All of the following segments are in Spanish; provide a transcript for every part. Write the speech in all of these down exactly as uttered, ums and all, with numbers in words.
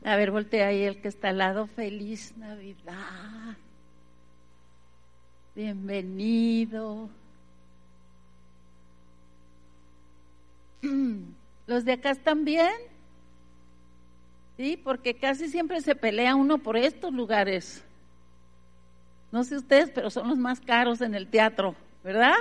A ver, voltea ahí el que está al lado. Feliz Navidad. Bienvenido. ¿Los de acá están bien? Sí, porque casi siempre se pelea uno por estos lugares. No sé ustedes, pero son los más caros en el teatro, ¿verdad?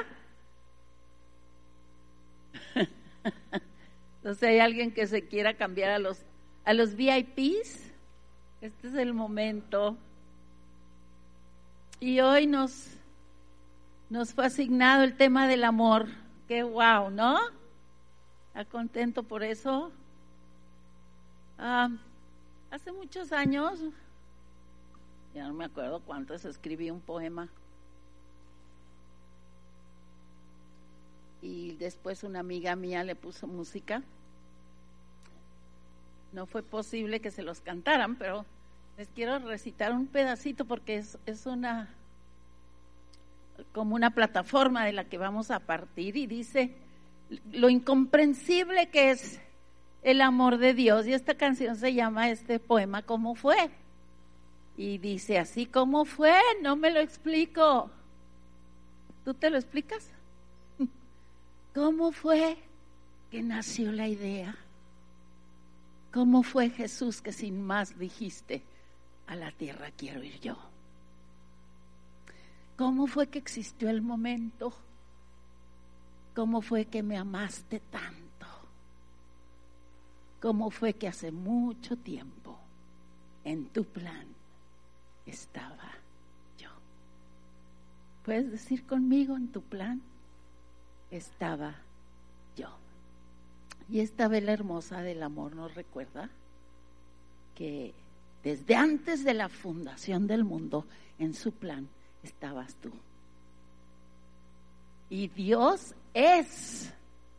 Entonces, ¿hay alguien que se quiera cambiar a los a los V I Ps? Este es el momento. Y hoy nos nos fue asignado el tema del amor. Qué guau, ¿no? ¿Está contento por eso? Ah, hace muchos años, ya no me acuerdo cuántos, escribí un poema. Y después una amiga mía le puso música. No fue posible que se los cantaran, pero les quiero recitar un pedacito porque es, es una como una plataforma de la que vamos a partir, y dice lo incomprensible que es el amor de Dios. Y esta canción se llama, este poema, ¿Cómo fue? Y dice así: ¿cómo fue? No me lo explico. ¿Tú te lo explicas? ¿Cómo fue que nació la idea? ¿Cómo fue, Jesús, que sin más dijiste: a la tierra quiero ir yo? ¿Cómo fue que existió el momento? ¿Cómo fue que me amaste tanto? ¿Cómo fue que hace mucho tiempo en tu plan estaba yo? ¿Puedes decir conmigo: en tu plan estaba yo? Y esta vela hermosa del amor nos recuerda que desde antes de la fundación del mundo, en su plan estabas tú. Y Dios es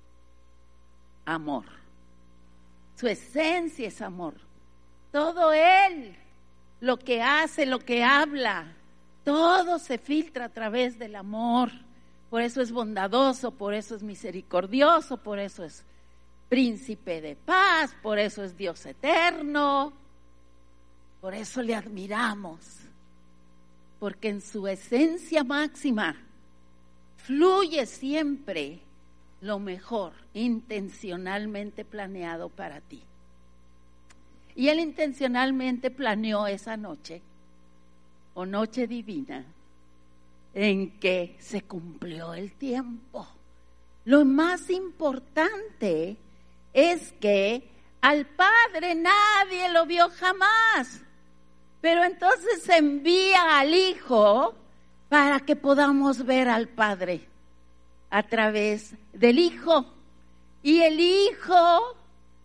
amor. Su esencia es amor. Todo Él, lo que hace, lo que habla, todo se filtra a través del amor. Por eso es bondadoso, por eso es misericordioso, por eso es príncipe de paz, por eso es Dios eterno. Por eso le admiramos, porque en su esencia máxima fluye siempre lo mejor, intencionalmente planeado para ti. Y Él intencionalmente planeó esa noche, o noche divina, en que se cumplió el tiempo. Lo más importante es que al Padre nadie lo vio jamás, pero entonces se envía al Hijo para que podamos ver al Padre a través del Hijo. Y el Hijo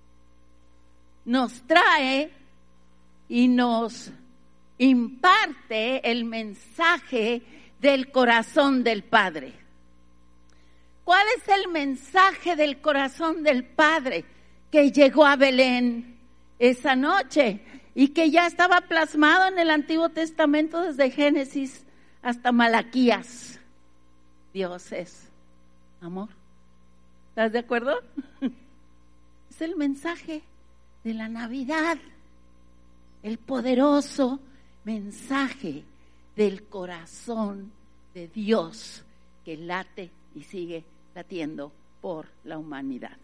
nos trae y nos imparte el mensaje del corazón del Padre. ¿Cuál es el mensaje del corazón del Padre que llegó a Belén esa noche y que ya estaba plasmado en el Antiguo Testamento desde Génesis hasta Malaquías? Dios es amor. ¿Estás de acuerdo? Es el mensaje de la Navidad, el poderoso mensaje del corazón de Dios que late y sigue latiendo por la humanidad.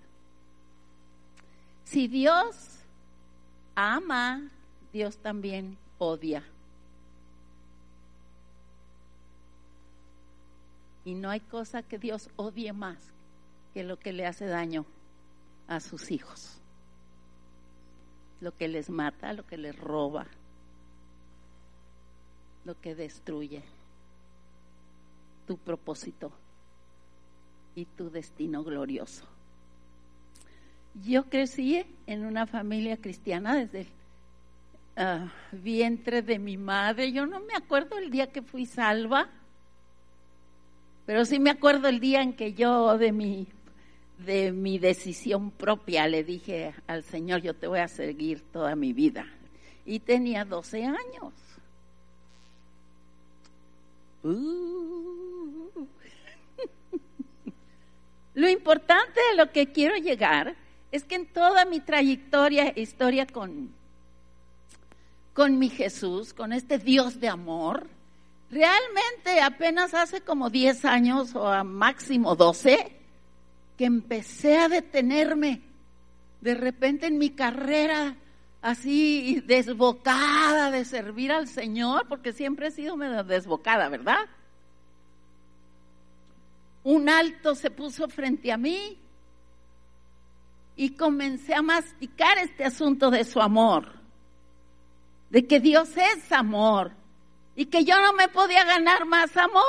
Si Dios ama, Dios también odia. Y no hay cosa que Dios odie más que lo que le hace daño a sus hijos. Lo que les mata, lo que les roba, lo que destruye tu propósito y tu destino glorioso. Yo crecí en una familia cristiana desde el uh, vientre de mi madre. Yo no me acuerdo el día que fui salva, pero sí me acuerdo el día en que yo de mi, de mi decisión propia le dije al Señor: yo te voy a seguir toda mi vida. Y tenía doce años. Uh. Lo importante de lo que quiero llegar es que en toda mi trayectoria, historia con, con mi Jesús, con este Dios de amor, realmente apenas hace como diez años o a máximo doce, que empecé a detenerme de repente en mi carrera así desbocada de servir al Señor, porque siempre he sido medio desbocada, ¿verdad? Un alto se puso frente a mí y comencé a masticar este asunto de su amor, de que Dios es amor y que yo no me podía ganar más amor,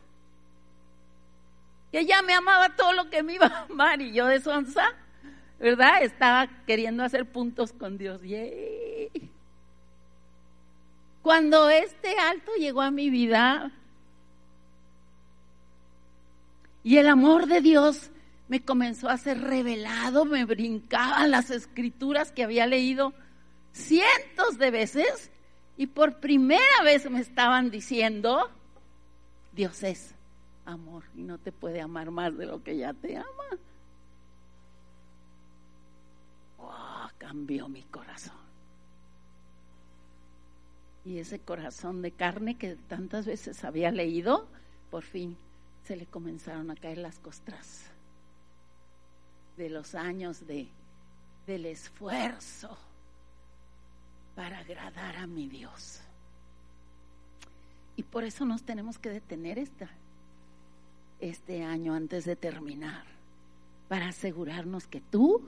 que ella me amaba todo lo que me iba a amar y yo de sonsa, ¿verdad? Estaba queriendo hacer puntos con Dios. ¡Yay! Cuando este alto llegó a mi vida y el amor de Dios me comenzó a ser revelado, me brincaban las escrituras que había leído cientos de veces y por primera vez me estaban diciendo, Dios es amor y no te puede amar más de lo que ya te ama. Oh, cambió mi corazón. Y ese corazón de carne que tantas veces había leído, por fin se le comenzaron a caer las costras de los años de, del esfuerzo para agradar a mi Dios. Y por eso nos tenemos que detener esta, este año antes de terminar, para asegurarnos que tú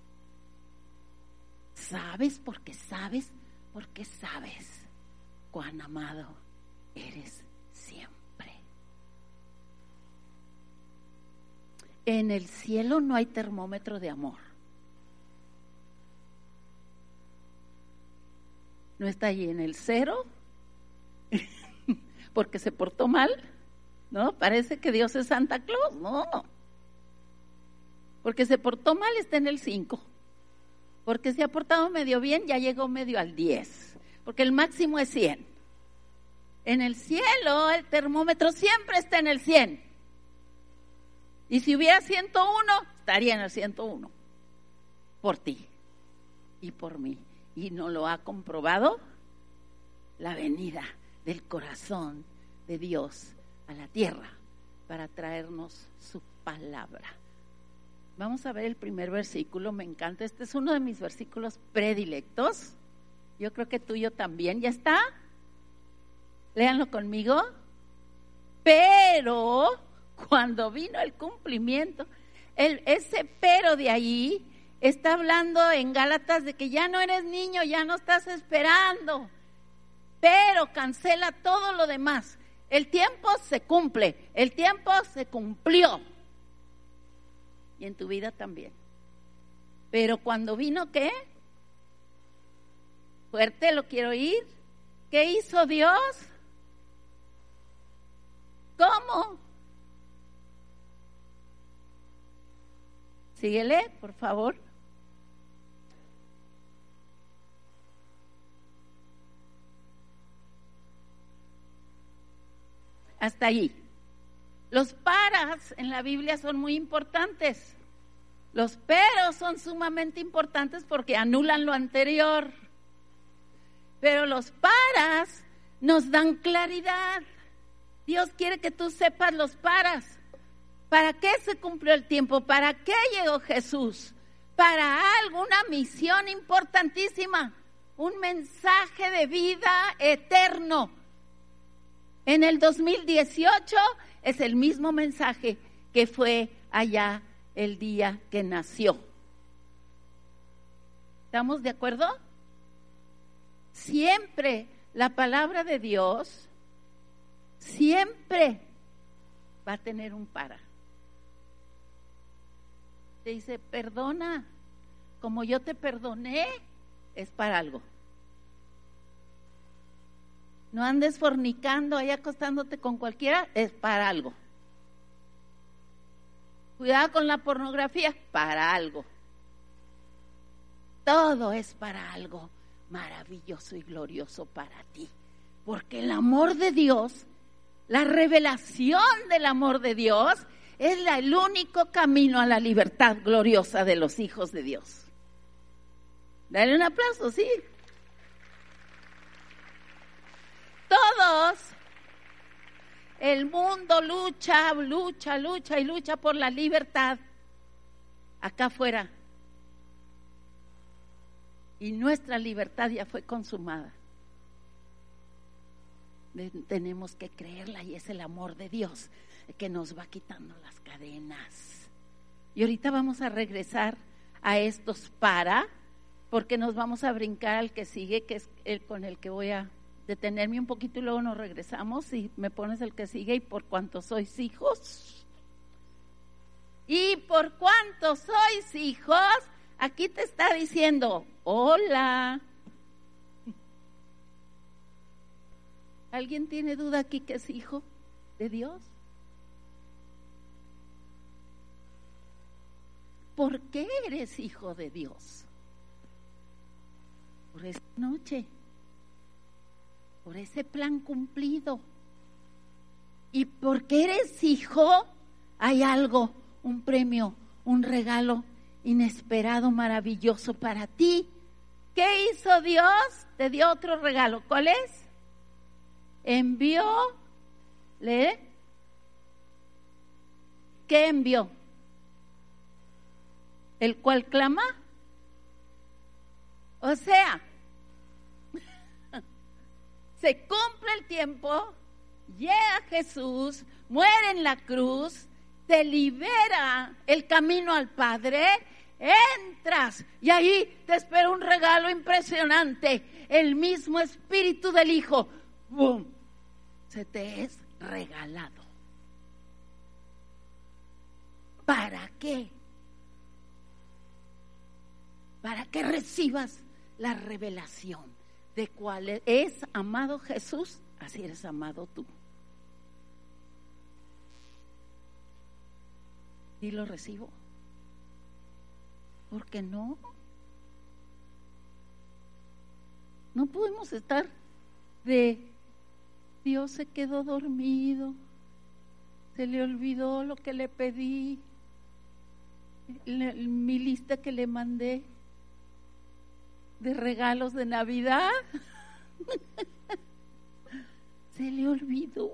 sabes, porque sabes, porque sabes cuán amado eres siempre. En el cielo no hay termómetro de amor. No está allí en el cero, porque se portó mal, ¿no? Parece que Dios es Santa Claus, no. Porque se portó mal está en el cinco. Porque se ha portado medio bien, ya llegó medio al diez. Porque el máximo es cien. En el cielo el termómetro siempre está en el cien. Y si hubiera ciento uno, estaría en el ciento uno. Por ti y por mí. Y no lo ha comprobado la venida del corazón de Dios a la tierra para traernos su palabra. Vamos a ver el primer versículo, me encanta. Este es uno de mis versículos predilectos. Yo creo que tuyo también. ¿Ya está? Léanlo conmigo. Pero cuando vino el cumplimiento, el, ese pero de ahí está hablando en Gálatas de que ya no eres niño, ya no estás esperando, pero cancela todo lo demás. El tiempo se cumple, el tiempo se cumplió. Y en tu vida también. Pero cuando vino, ¿qué? Fuerte, lo quiero oír. ¿Qué hizo Dios? ¿Cómo? Síguele, por favor. Hasta allí. Los paras en la Biblia son muy importantes. Los peros son sumamente importantes porque anulan lo anterior. Pero los paras nos dan claridad. Dios quiere que tú sepas los paras. ¿Para qué se cumplió el tiempo? ¿Para qué llegó Jesús? Para algo, una misión importantísima. Un mensaje de vida eterno. En el dos mil dieciocho es el mismo mensaje que fue allá el día que nació. ¿Estamos de acuerdo? Siempre la palabra de Dios, siempre va a tener un para. Te dice, perdona, como yo te perdoné, es para algo. No andes fornicando ahí acostándote con cualquiera, es para algo. Cuidado con la pornografía, para algo. Todo es para algo maravilloso y glorioso para ti. Porque el amor de Dios, la revelación del amor de Dios, es la, el único camino a la libertad gloriosa de los hijos de Dios. Dale un aplauso, sí. El mundo lucha, lucha, lucha y lucha por la libertad acá afuera. Y nuestra libertad ya fue consumada. Tenemos que creerla y es el amor de Dios que nos va quitando las cadenas. Y ahorita vamos a regresar a estos para, porque nos vamos a brincar al que sigue, que es el con el que voy a detenerme un poquito y luego nos regresamos y me pones el que sigue. Y por cuanto sois hijos, y por cuanto sois hijos, aquí te está diciendo, hola. ¿Alguien tiene duda aquí que es hijo de Dios? ¿Por qué eres hijo de Dios? Por esa noche, por ese plan cumplido. Y porque eres hijo, hay algo, un premio, un regalo inesperado, maravilloso para ti. ¿Qué hizo Dios? Te dio otro regalo. ¿Cuál es? Envió, ¿le? ¿Qué envió? ¿El cual clama? O sea, se cumple el tiempo, llega Jesús, muere en la cruz, te libera el camino al Padre, entras y ahí te espera un regalo impresionante, el mismo Espíritu del Hijo. ¡Bum! Se te es regalado. ¿Para qué? Para que recibas la revelación de cuál es amado Jesús, así eres amado tú. Y lo recibo. ¿Por qué no? No podemos estar de Dios se quedó dormido, se le olvidó lo que le pedí, le, mi lista que le mandé de regalos de Navidad, se le olvidó.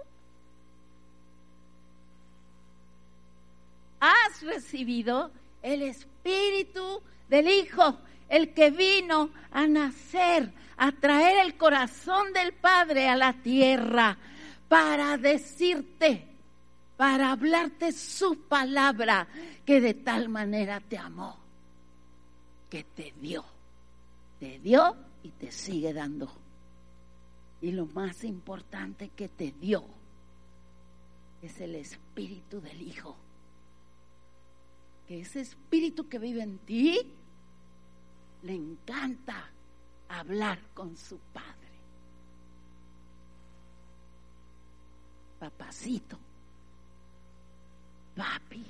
Has recibido el Espíritu del Hijo, el que vino a nacer, a traer el corazón del Padre a la tierra, para decirte, para hablarte su palabra, que de tal manera te amó, que te dio, te dio y te sigue dando. Y lo más importante que te dio es el Espíritu del Hijo, que ese Espíritu que vive en ti le encanta hablar con su Padre. Papacito, papi.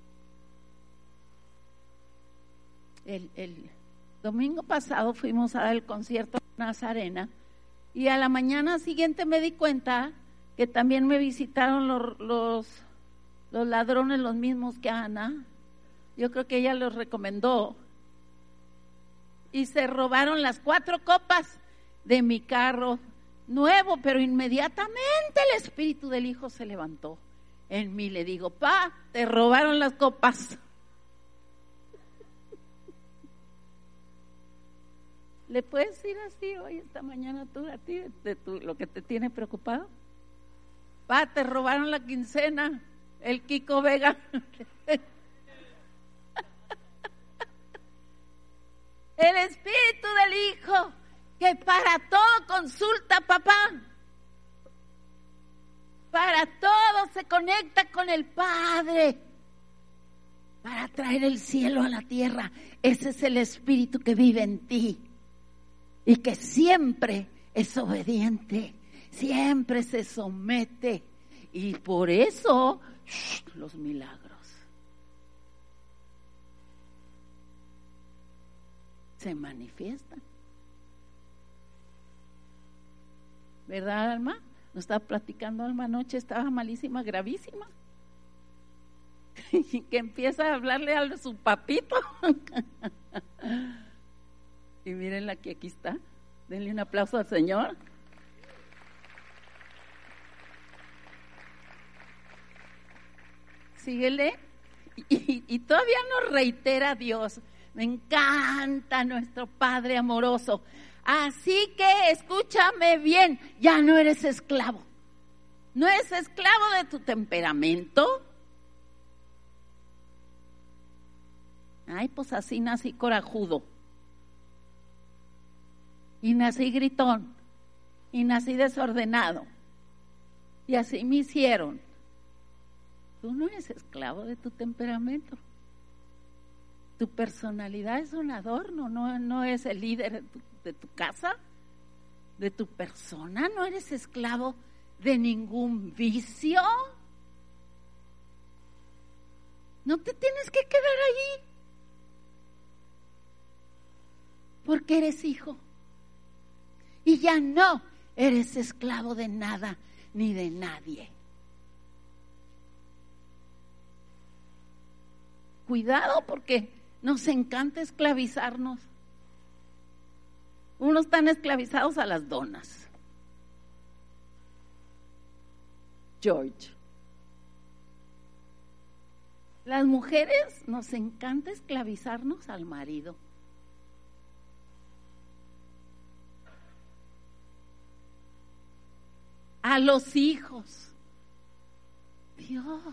El, el domingo pasado fuimos a dar el concierto en Nazarena y a la mañana siguiente me di cuenta que también me visitaron los, los, los ladrones, los mismos que Ana. Yo creo que ella los recomendó. Y se robaron las cuatro copas de mi carro nuevo, pero inmediatamente el Espíritu del Hijo se levantó en mí. Le digo, pa, te robaron las copas. ¿Le puedes decir así hoy, esta mañana, tú a ti, de tu, lo que te tiene preocupado? Pa, te robaron la quincena, el Kiko Vega. El Espíritu del Hijo, que para todo consulta, papá. Para todo se conecta con el Padre. Para traer el cielo a la tierra. Ese es el Espíritu que vive en ti. Y que siempre es obediente. Siempre se somete. Y por eso, shh, los milagros. Se manifiestan. ¿Verdad, Alma? Nos estaba platicando Alma anoche, estaba malísima, gravísima. Y que empieza a hablarle a su papito. Y mírenla que aquí está. Denle un aplauso al Señor. síguele. Y, y todavía nos reitera Dios, me encanta nuestro Padre amoroso. Así que escúchame bien, ya no eres esclavo. No eres esclavo de tu temperamento. Ay, pues así nací corajudo. Y nací gritón. Y nací desordenado. Y así me hicieron. Tú no eres esclavo de tu temperamento. Tu personalidad es un adorno, no, no es el líder de tu, de tu casa, de tu persona. No eres esclavo de ningún vicio. No te tienes que quedar allí, porque eres hijo. Y ya no eres esclavo de nada ni de nadie. Cuidado, porque nos encanta esclavizarnos. Unos están esclavizados a las donas. George. Las mujeres nos encanta esclavizarnos al marido. A los hijos. Dios.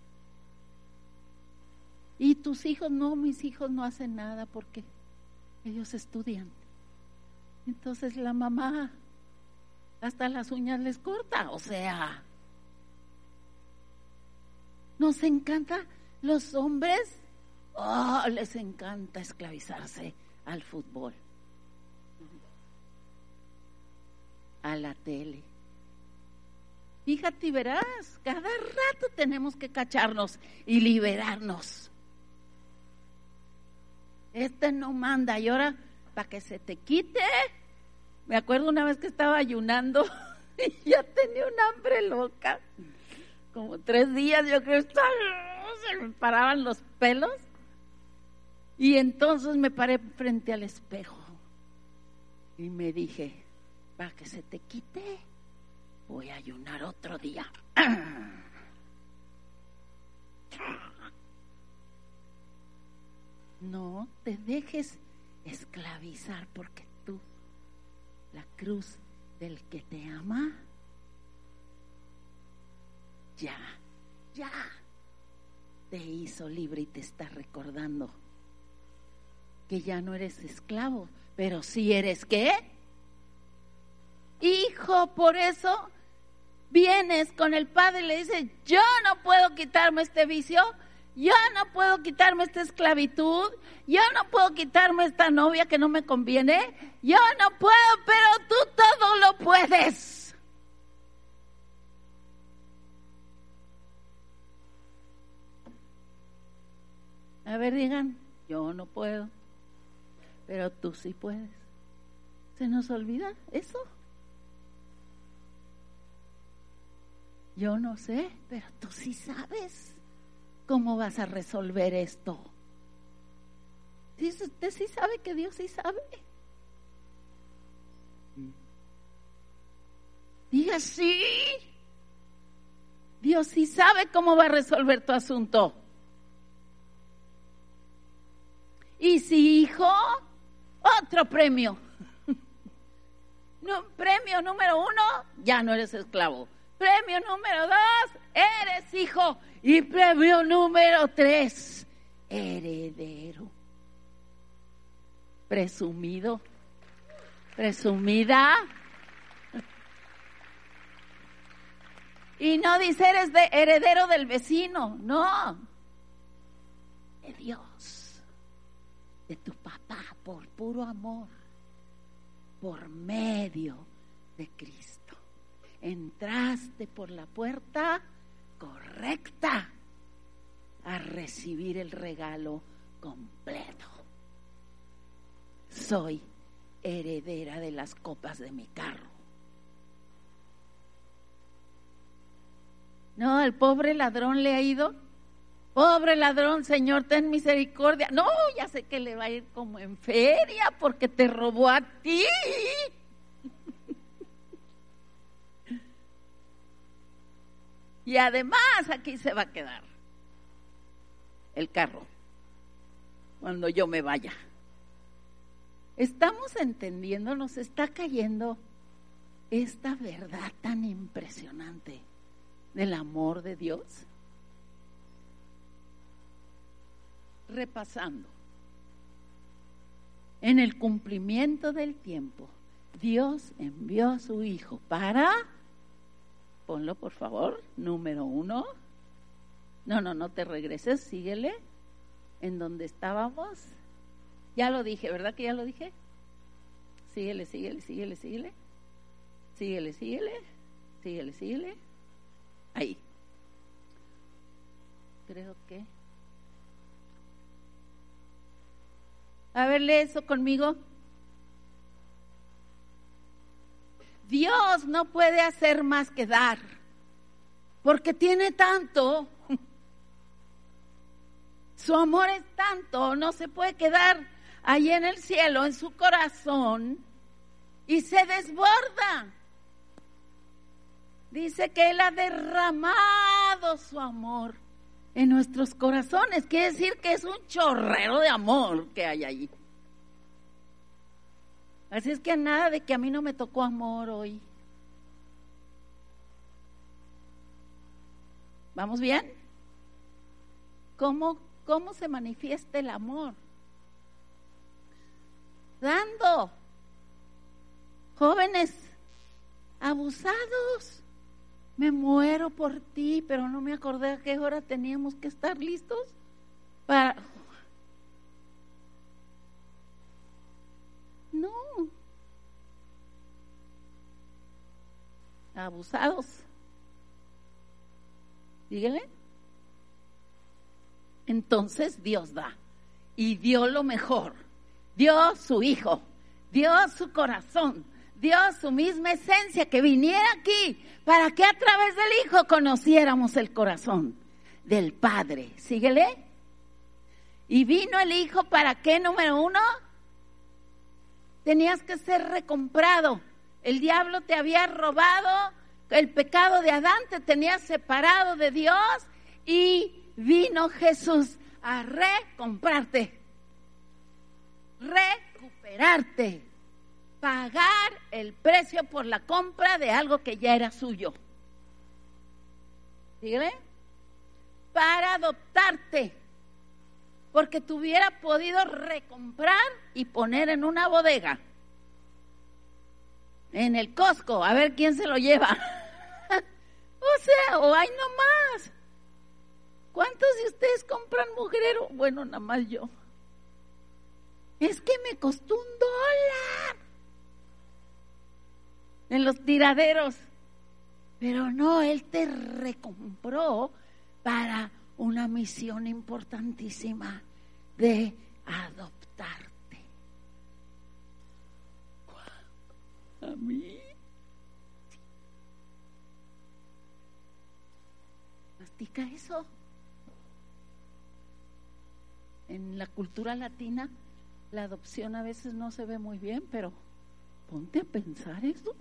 Y tus hijos, no, mis hijos no hacen nada porque ellos estudian. Entonces la mamá hasta las uñas les corta, o sea, nos encanta, los hombres, oh, les encanta esclavizarse al fútbol, a la tele. Fíjate y verás, cada rato tenemos que cacharnos y liberarnos. Este no manda, y ahora para que se te quite. Me acuerdo una vez que estaba ayunando y ya tenía un hambre loca, como tres días, yo creo, se me paraban los pelos, y entonces me paré frente al espejo y me dije, para que se te quite, voy a ayunar otro día. No te dejes esclavizar, porque tú, la cruz del que te ama, ya, ya te hizo libre y te está recordando que ya no eres esclavo, pero sí eres ¿qué? Hijo. Por eso vienes con el Padre y le dices, yo no puedo quitarme este vicio, yo no puedo quitarme esta esclavitud, yo no puedo quitarme esta novia que no me conviene, yo no puedo, pero tú todo lo puedes. A ver, digan, yo no puedo, pero tú sí puedes. ¿Se nos olvida eso? Yo no sé, pero tú sí sabes cómo vas a resolver esto. ¿Sí, usted sí sabe que Dios sí sabe? Diga sí. Dios sí sabe cómo va a resolver tu asunto. Y si, hijo, otro premio. No, premio número uno, ya no eres esclavo. Premio número dos, eres hijo. Y premio número tres, heredero. Presumido, presumida. Y no dice eres de heredero del vecino, no. De Dios, de tu papá, por puro amor, por medio de Cristo. Entraste por la puerta correcta a recibir el regalo completo. Soy heredera de las copas de mi carro. No, el pobre ladrón le ha ido. Pobre ladrón, Señor, ten misericordia. No, ya sé que le va a ir como en feria porque te robó a ti. Y además aquí se va a quedar. el carro cuando yo me vaya. ¿Estamos entendiendo? Nos está cayendo esta verdad tan impresionante del amor de Dios. Repasando, en el cumplimiento del tiempo, Dios envió a su Hijo para, ponlo por favor, número uno, no, no, no te regreses, síguele, en donde estábamos, ya lo dije, ¿verdad que ya lo dije? Síguele, síguele, síguele, síguele, síguele, síguele, síguele, síguele, ahí, creo que, a ver, lee eso conmigo. Dios no puede hacer más que dar, porque tiene tanto, su amor es tanto, no se puede quedar ahí en el cielo, en su corazón, y se desborda. Dice que Él ha derramado su amor en nuestros corazones, quiere decir que es un chorrero de amor que hay allí. Así es que nada de que a mí no me tocó amor hoy. ¿Vamos bien? ¿Cómo, cómo se manifiesta el amor? Dando. Jóvenes abusados, me muero por ti, pero no me acordé a qué hora teníamos que estar listos para... No. Abusados. Dígale. Entonces Dios da. Y dio lo mejor. Dio su Hijo. Dio su corazón. Dio su misma esencia, que viniera aquí para que a través del Hijo conociéramos el corazón del Padre. Síguele. Y vino el Hijo para qué, número uno. Tenías que ser recomprado. El diablo te había robado, el pecado de Adán te tenía separado de Dios y vino Jesús a recomprarte, recuperarte, pagar el precio por la compra de algo que ya era suyo. ¿Sígueme? Para adoptarte, porque te hubiera podido recomprar y poner en una bodega, en el Costco, a ver quién se lo lleva. O sea, o hay nomás. ¿Cuántos de ustedes compran mugrero? Bueno, nada más yo. Es que me costó un dólar en los tiraderos. Pero no, Él te recompró para una misión importantísima de adoptarte. A mí. Mastica eso. En la cultura latina, la adopción a veces no se ve muy bien, pero ponte a pensar eso.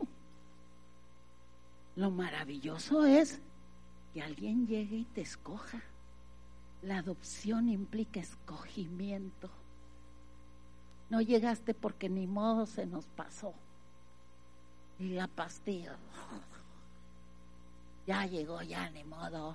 Lo maravilloso es que alguien llegue y te escoja. La adopción implica escogimiento. No llegaste porque ni modo se nos pasó. Y la pastilla, ya llegó, ya ni modo.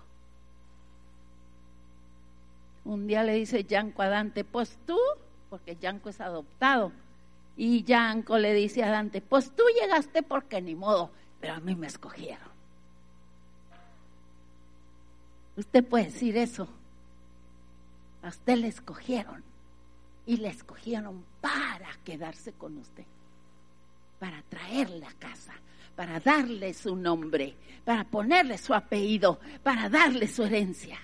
Un día le dice Yanko a Dante, pues tú, porque Yanko es adoptado, y Yanko le dice a Dante, pues tú llegaste porque ni modo, pero a mí me escogieron. Usted puede decir eso. A usted le escogieron, y le escogieron para quedarse con usted, para traerle a casa, para darle su nombre, para ponerle su apellido, para darle su herencia.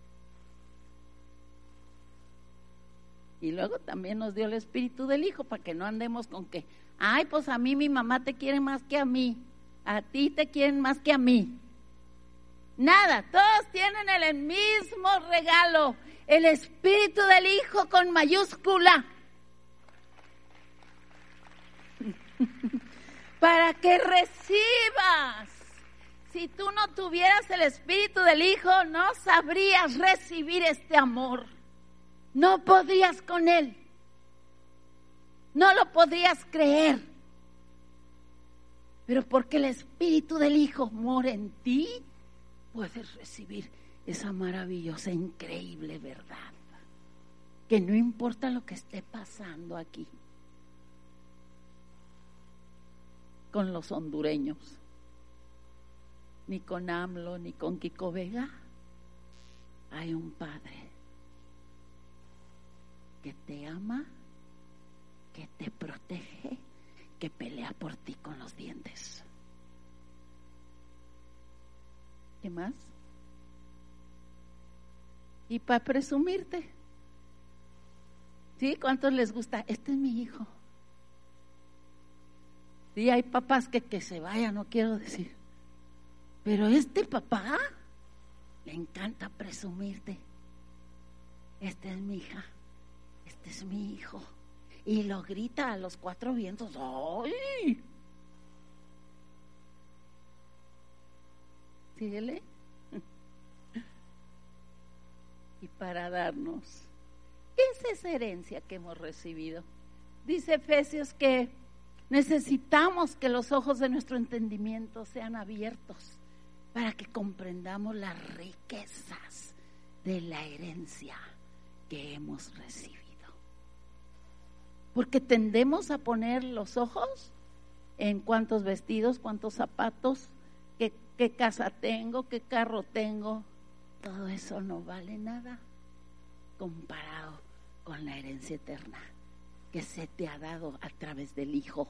Y luego también nos dio el Espíritu del Hijo, para que no andemos con que, ay, pues a mí mi mamá te quiere más que a mí, a ti te quieren más que a mí. Nada, todos tienen el mismo regalo, el Espíritu del Hijo con mayúscula. Para que recibas. Si tú no tuvieras el Espíritu del Hijo, no sabrías recibir este amor. No podías con él. No lo podías creer. Pero porque el Espíritu del Hijo mora en ti, puedes recibir esa maravillosa, increíble verdad. Que no importa lo que esté pasando aquí con los hondureños, ni con AMLO, ni con Kiko Vega, hay un Padre que te ama, que te protege, que pelea por ti con los dientes. ¿Qué más? Y para presumirte, ¿sí? ¿Cuántos les gusta? Este es mi hijo. Sí, hay papás que, que se vayan, no quiero decir. Pero este papá le encanta presumirte. Esta es mi hija, este es mi hijo. Y lo grita a los cuatro vientos. ¡Ay! Síguele. Y para darnos, ¿qué es esa herencia que hemos recibido? Dice Efesios que necesitamos que los ojos de nuestro entendimiento sean abiertos para que comprendamos las riquezas de la herencia que hemos recibido. Porque tendemos a poner los ojos en cuántos vestidos, cuántos zapatos, qué, qué casa tengo, qué carro tengo. Todo eso no vale nada comparado con la herencia eterna que se te ha dado a través del Hijo.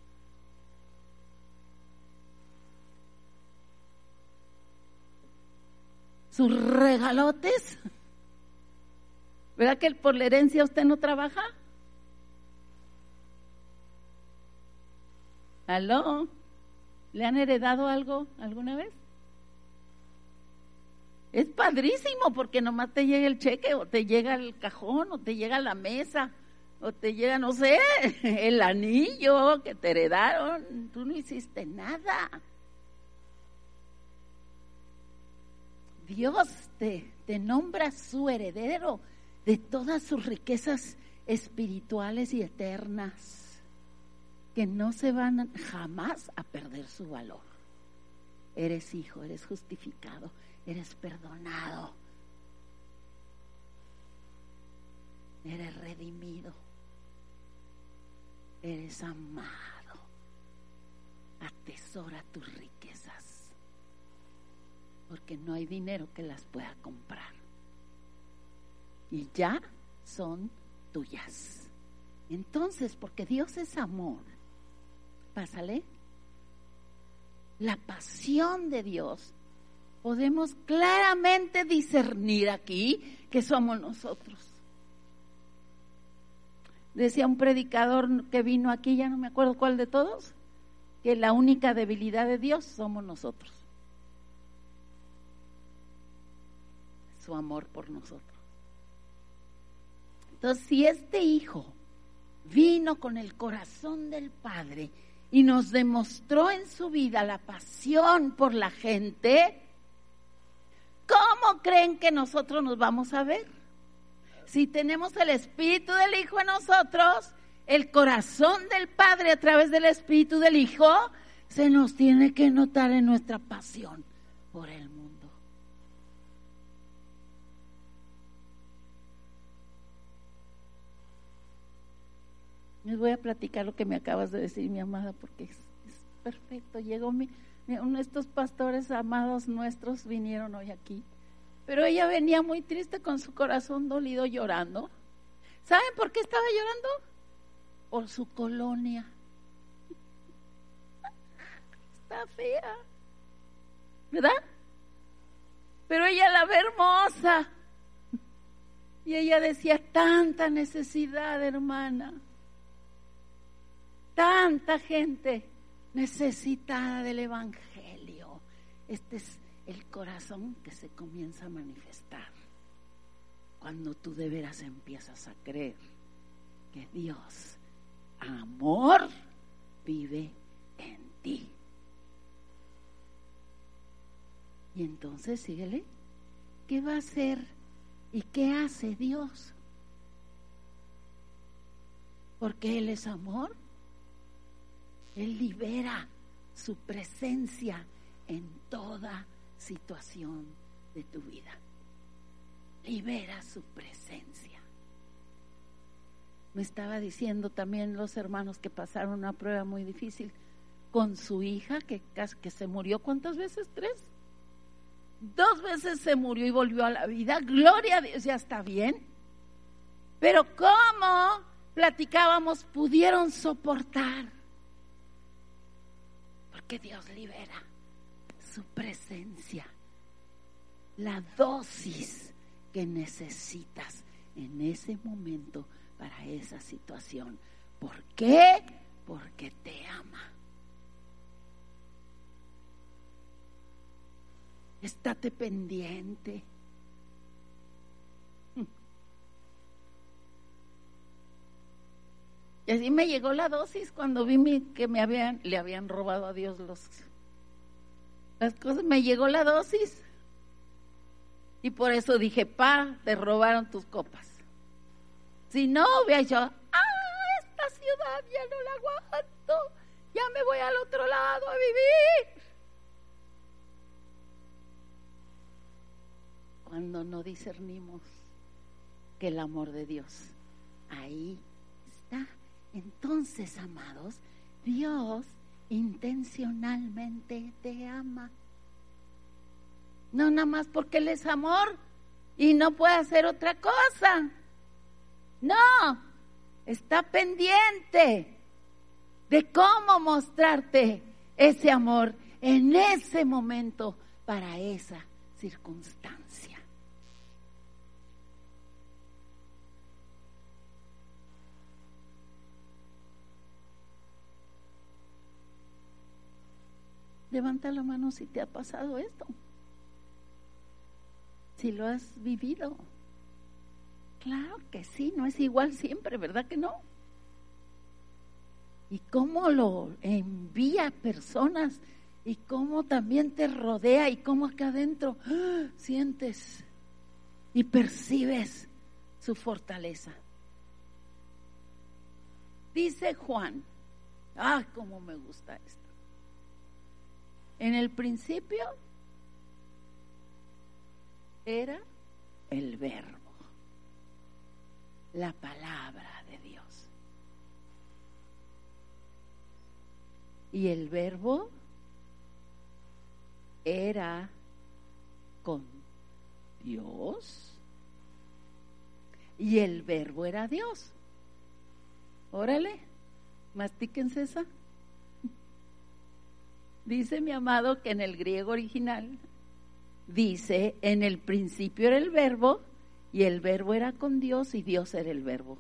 Sus regalotes. ¿Verdad que por la herencia usted no trabaja? ¿Aló? ¿Le han heredado algo alguna vez? Es padrísimo porque nomás te llega el cheque o te llega el cajón o te llega la mesa o te llega, no sé, el anillo que te heredaron. Tú no hiciste nada. Dios te, te nombra su heredero de todas sus riquezas espirituales y eternas, que no se van jamás a perder su valor. Eres hijo, eres justificado, eres perdonado, eres redimido, eres amado. Atesora tus riquezas, porque no hay dinero que las pueda comprar, y ya son tuyas. Entonces, porque Dios es amor, pásale, la pasión de Dios, podemos claramente discernir aquí que somos nosotros. Decía un predicador que vino aquí, ya no me acuerdo cuál de todos, que la única debilidad de Dios somos nosotros. Su amor por nosotros. Entonces, si este hijo vino con el corazón del Padre y nos demostró en su vida la pasión por la gente, ¿cómo creen que nosotros nos vamos a ver? Si tenemos el Espíritu del Hijo en nosotros, el corazón del Padre a través del Espíritu del Hijo, se nos tiene que notar en nuestra pasión por el mundo. Les voy a platicar lo que me acabas de decir, mi amada, porque es, es perfecto. Llegó mi, uno de estos pastores amados nuestros vinieron hoy aquí, pero ella venía muy triste con su corazón dolido, llorando. ¿Saben por qué estaba llorando? Por su colonia. Está fea, ¿verdad? Pero ella la ve hermosa. Y ella decía, tanta necesidad, hermana. Tanta gente necesitada del Evangelio. Este es el corazón que se comienza a manifestar cuando tú de veras empiezas a creer que Dios, amor, vive en ti. Y entonces síguele. ¿Qué va a hacer y qué hace Dios? porque Él es amor. Él libera su presencia en toda situación de tu vida. Libera su presencia. Me estaba diciendo también los hermanos que pasaron una prueba muy difícil con su hija que, que se murió. ¿Cuántas veces? ¿Tres? Dos veces se murió y volvió a la vida. Gloria a Dios, ya está bien. Pero ¿cómo platicábamos? Pudieron soportar. Porque Dios libera su presencia, la dosis que necesitas en ese momento para esa situación. ¿Por qué? Porque te ama. Estate pendiente. Y así me llegó la dosis cuando vi mi, que me habían, le habían robado a Dios los, las cosas. Me llegó la dosis. Y por eso dije, pa, te robaron tus copas. Si no, hubiera yo, ah, esta ciudad ya no la aguanto, ya me voy al otro lado a vivir. Cuando no discernimos que el amor de Dios ahí está. Entonces, amados, Dios intencionalmente te ama. No nada más porque Él es amor y no puede hacer otra cosa. No, está pendiente de cómo mostrarte ese amor en ese momento para esa circunstancia. Levanta la mano si te ha pasado esto, si lo has vivido. Claro que sí, no es igual siempre, ¿verdad que no? Y cómo lo envía personas y cómo también te rodea y cómo acá adentro ¡ah!, sientes y percibes su fortaleza. Dice Juan, ah, cómo me gusta esto. En el principio era el Verbo, la palabra de Dios. Y el Verbo era con Dios. Y el Verbo era Dios. Órale, mastíquense esa. Dice mi amado que en el griego original dice, en el principio era el Verbo y el Verbo era con Dios y Dios era el Verbo.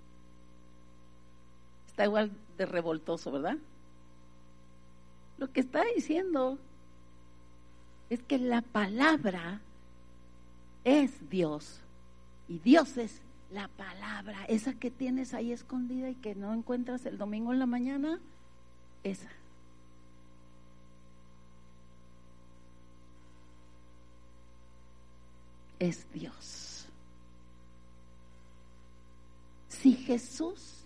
Está igual de revoltoso, ¿verdad? Lo que está diciendo es que la palabra es Dios y Dios es la palabra, esa que tienes ahí escondida y que no encuentras el domingo en la mañana, esa. Es Dios. Si Jesús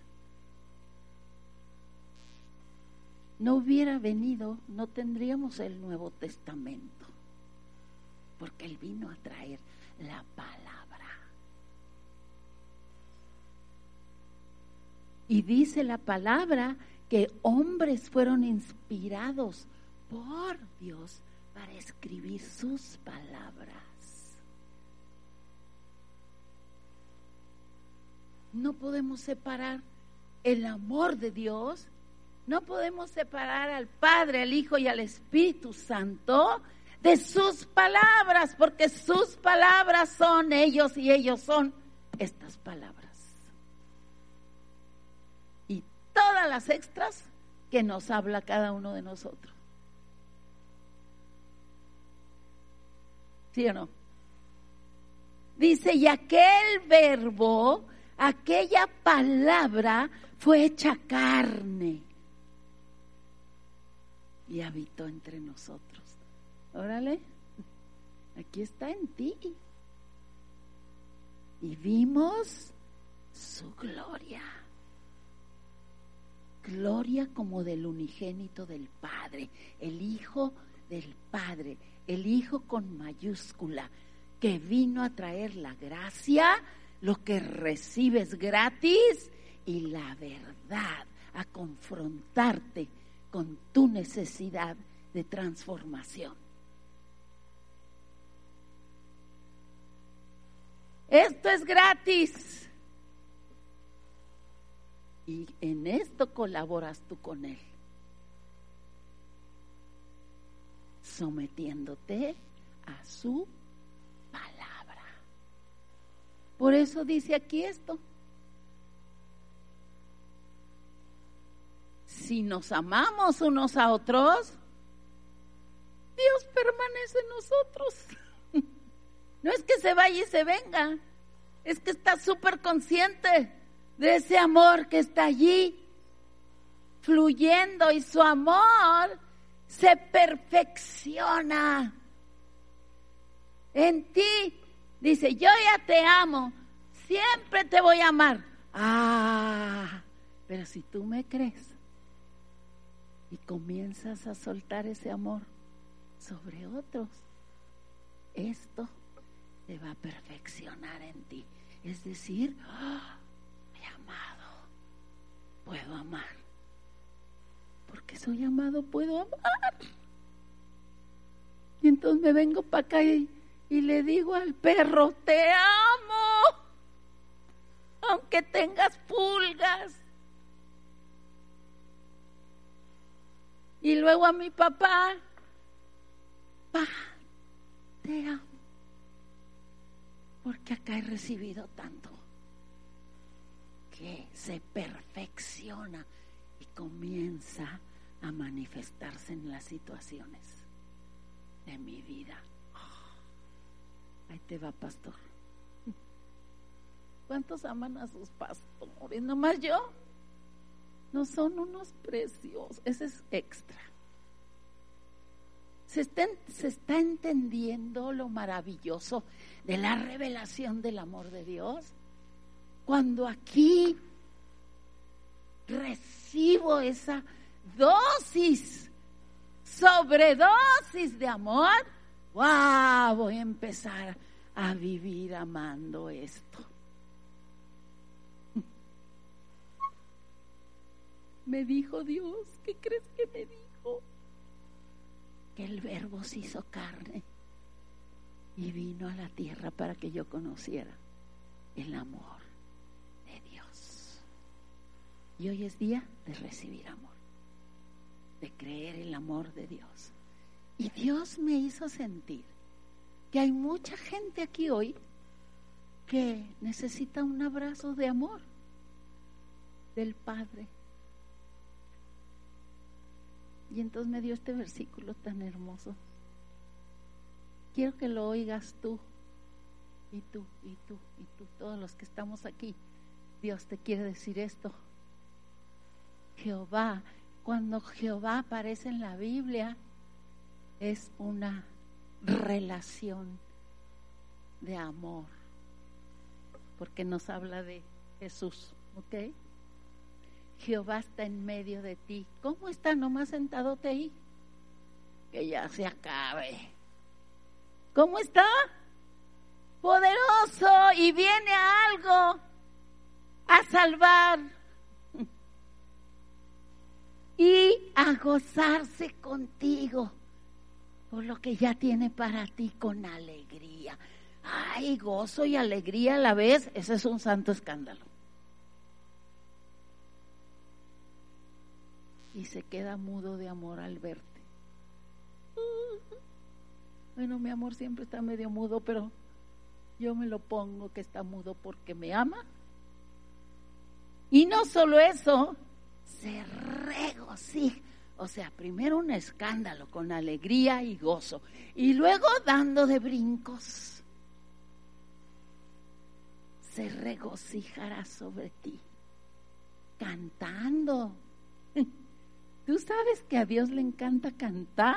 no hubiera venido, no tendríamos el Nuevo Testamento, porque Él vino a traer la palabra. Y dice la palabra que hombres fueron inspirados por Dios para escribir sus palabras. No podemos separar el amor de Dios, no podemos separar al Padre, al Hijo y al Espíritu Santo de sus palabras, porque sus palabras son ellos y ellos son estas palabras. Y todas las extras que nos habla cada uno de nosotros. ¿Sí o no? Dice, y aquel verbo, aquella palabra fue hecha carne y habitó entre nosotros. Órale, aquí está en ti. Y vimos su gloria. gloria como del unigénito del Padre, el Hijo del Padre, el Hijo con mayúscula, que vino a traer la gracia, lo que recibes gratis, y la verdad, a confrontarte con tu necesidad de transformación. Esto es gratis. Y en esto colaboras tú con Él, sometiéndote a su palabra. Por eso dice aquí esto: si nos amamos unos a otros, Dios permanece en nosotros. No es que se vaya y se venga, es que está súper consciente de ese amor que está allí fluyendo, y su amor se perfecciona en ti. Dice: yo ya te amo, siempre te voy a amar. Ah, pero si tú me crees y comienzas a soltar ese amor sobre otros, esto te va a perfeccionar en ti. Es decir, ¡oh! Amado, puedo amar. Porque soy amado, puedo amar. Y entonces me vengo para acá y, y le digo al perro: te amo, aunque tengas pulgas. Y luego a mi papá: pa, te amo, porque acá he recibido tanto, que se perfecciona y comienza a manifestarse en las situaciones de mi vida. Oh, ahí te va, pastor. ¿Cuántos aman a sus pastores? ¿Nomás yo? No, son unos preciosos. Ese es extra. Se está, se está entendiendo lo maravilloso de la revelación del amor de Dios. Cuando aquí recibo esa dosis, sobredosis de amor, ¡wow! Voy a empezar a vivir amando esto. Me dijo Dios, ¿qué crees que me dijo? Que el Verbo se hizo carne y vino a la tierra para que yo conociera el amor. Y hoy es día de recibir amor, de creer el amor de Dios. Y Dios me hizo sentir que hay mucha gente aquí hoy que necesita un abrazo de amor del Padre. Y entonces me dio este versículo tan hermoso. Quiero que lo oigas tú, y tú, y tú, y tú, todos los que estamos aquí. Dios te quiere decir esto. Jehová, cuando Jehová aparece en la Biblia, es una relación de amor, porque nos habla de Jesús, ¿ok? Jehová está en medio de ti. ¿Cómo está? Nomás sentadote ahí, que ya se acabe. ¿Cómo está? Poderoso, y viene a algo a salvar y a gozarse contigo por lo que ya tiene para ti con alegría. Ay, gozo y alegría a la vez, ese es un santo escándalo. Y se queda mudo de amor al verte. Bueno, mi amor siempre está medio mudo, pero yo me lo pongo que está mudo porque me ama. Y no solo eso, se regocija. O sea, primero un escándalo con alegría y gozo, y luego dando de brincos. Se regocijará sobre ti, cantando. ¿Tú sabes que a Dios le encanta cantar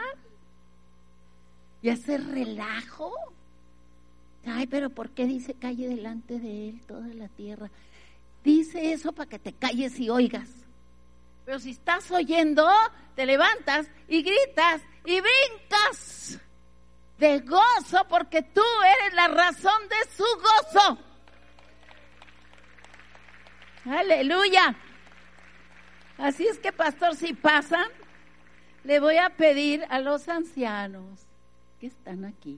y hacer relajo? Ay, pero ¿por qué dice calle delante de él toda la tierra? Dice eso para que te calles y oigas. Pero si estás oyendo, te levantas y gritas y brincas de gozo, porque tú eres la razón de su gozo. Aleluya. Así es que, pastor, si pasan, le voy a pedir a los ancianos que están aquí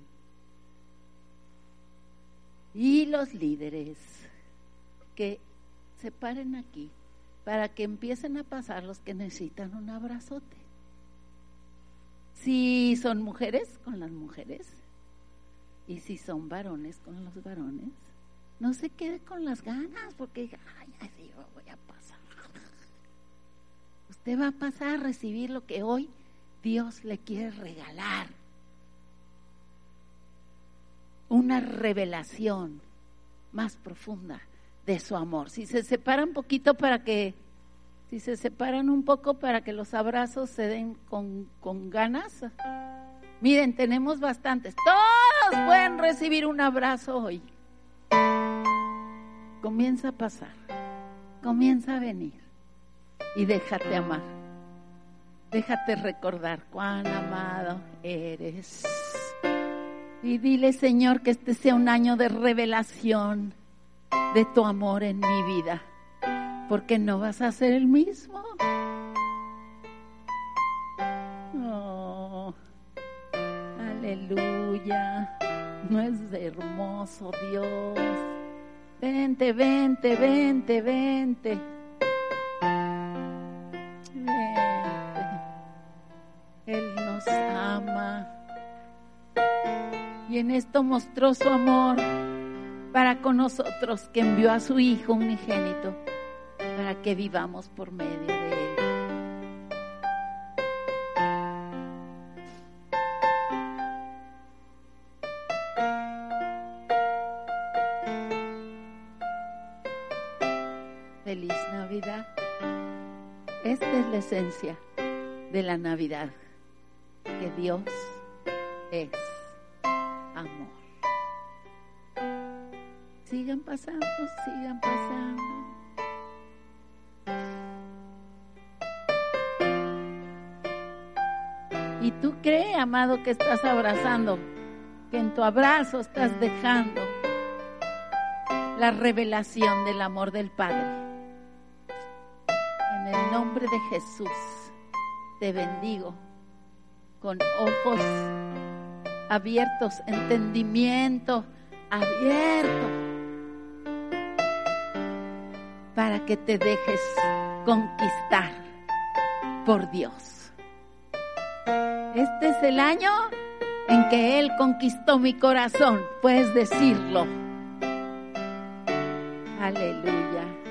y los líderes que se paren aquí para que empiecen a pasar los que necesitan un abrazote. Si son mujeres, con las mujeres, y si son varones, con los varones. No se quede con las ganas, porque diga, ay, así yo voy a pasar. Usted va a pasar a recibir lo que hoy Dios le quiere regalar. Una revelación más profunda de su amor. Si se separan un poquito para que, si se separan un poco para que los abrazos se den con, con ganas. Miren, tenemos bastantes. Todos pueden recibir un abrazo hoy. Comienza a pasar, comienza a venir y déjate amar. Déjate recordar cuán amado eres. Y dile, Señor, que este sea un año de revelación de tu amor en mi vida, porque no vas a ser el mismo. Oh, aleluya. No es hermoso Dios. Vente, vente, vente, vente. Vente. Él nos ama. Y en esto mostró su amor para con nosotros, que envió a su Hijo unigénito para que vivamos por medio de Él. Feliz Navidad. Esta es la esencia de la Navidad, que Dios es amor. Sigan pasando, sigan pasando. Y tú cree, amado, que estás abrazando, que en tu abrazo estás dejando la revelación del amor del Padre. En el nombre de Jesús te bendigo con ojos abiertos, entendimiento abierto, para que te dejes conquistar por Dios. Este es el año en que Él conquistó mi corazón, puedes decirlo. Aleluya.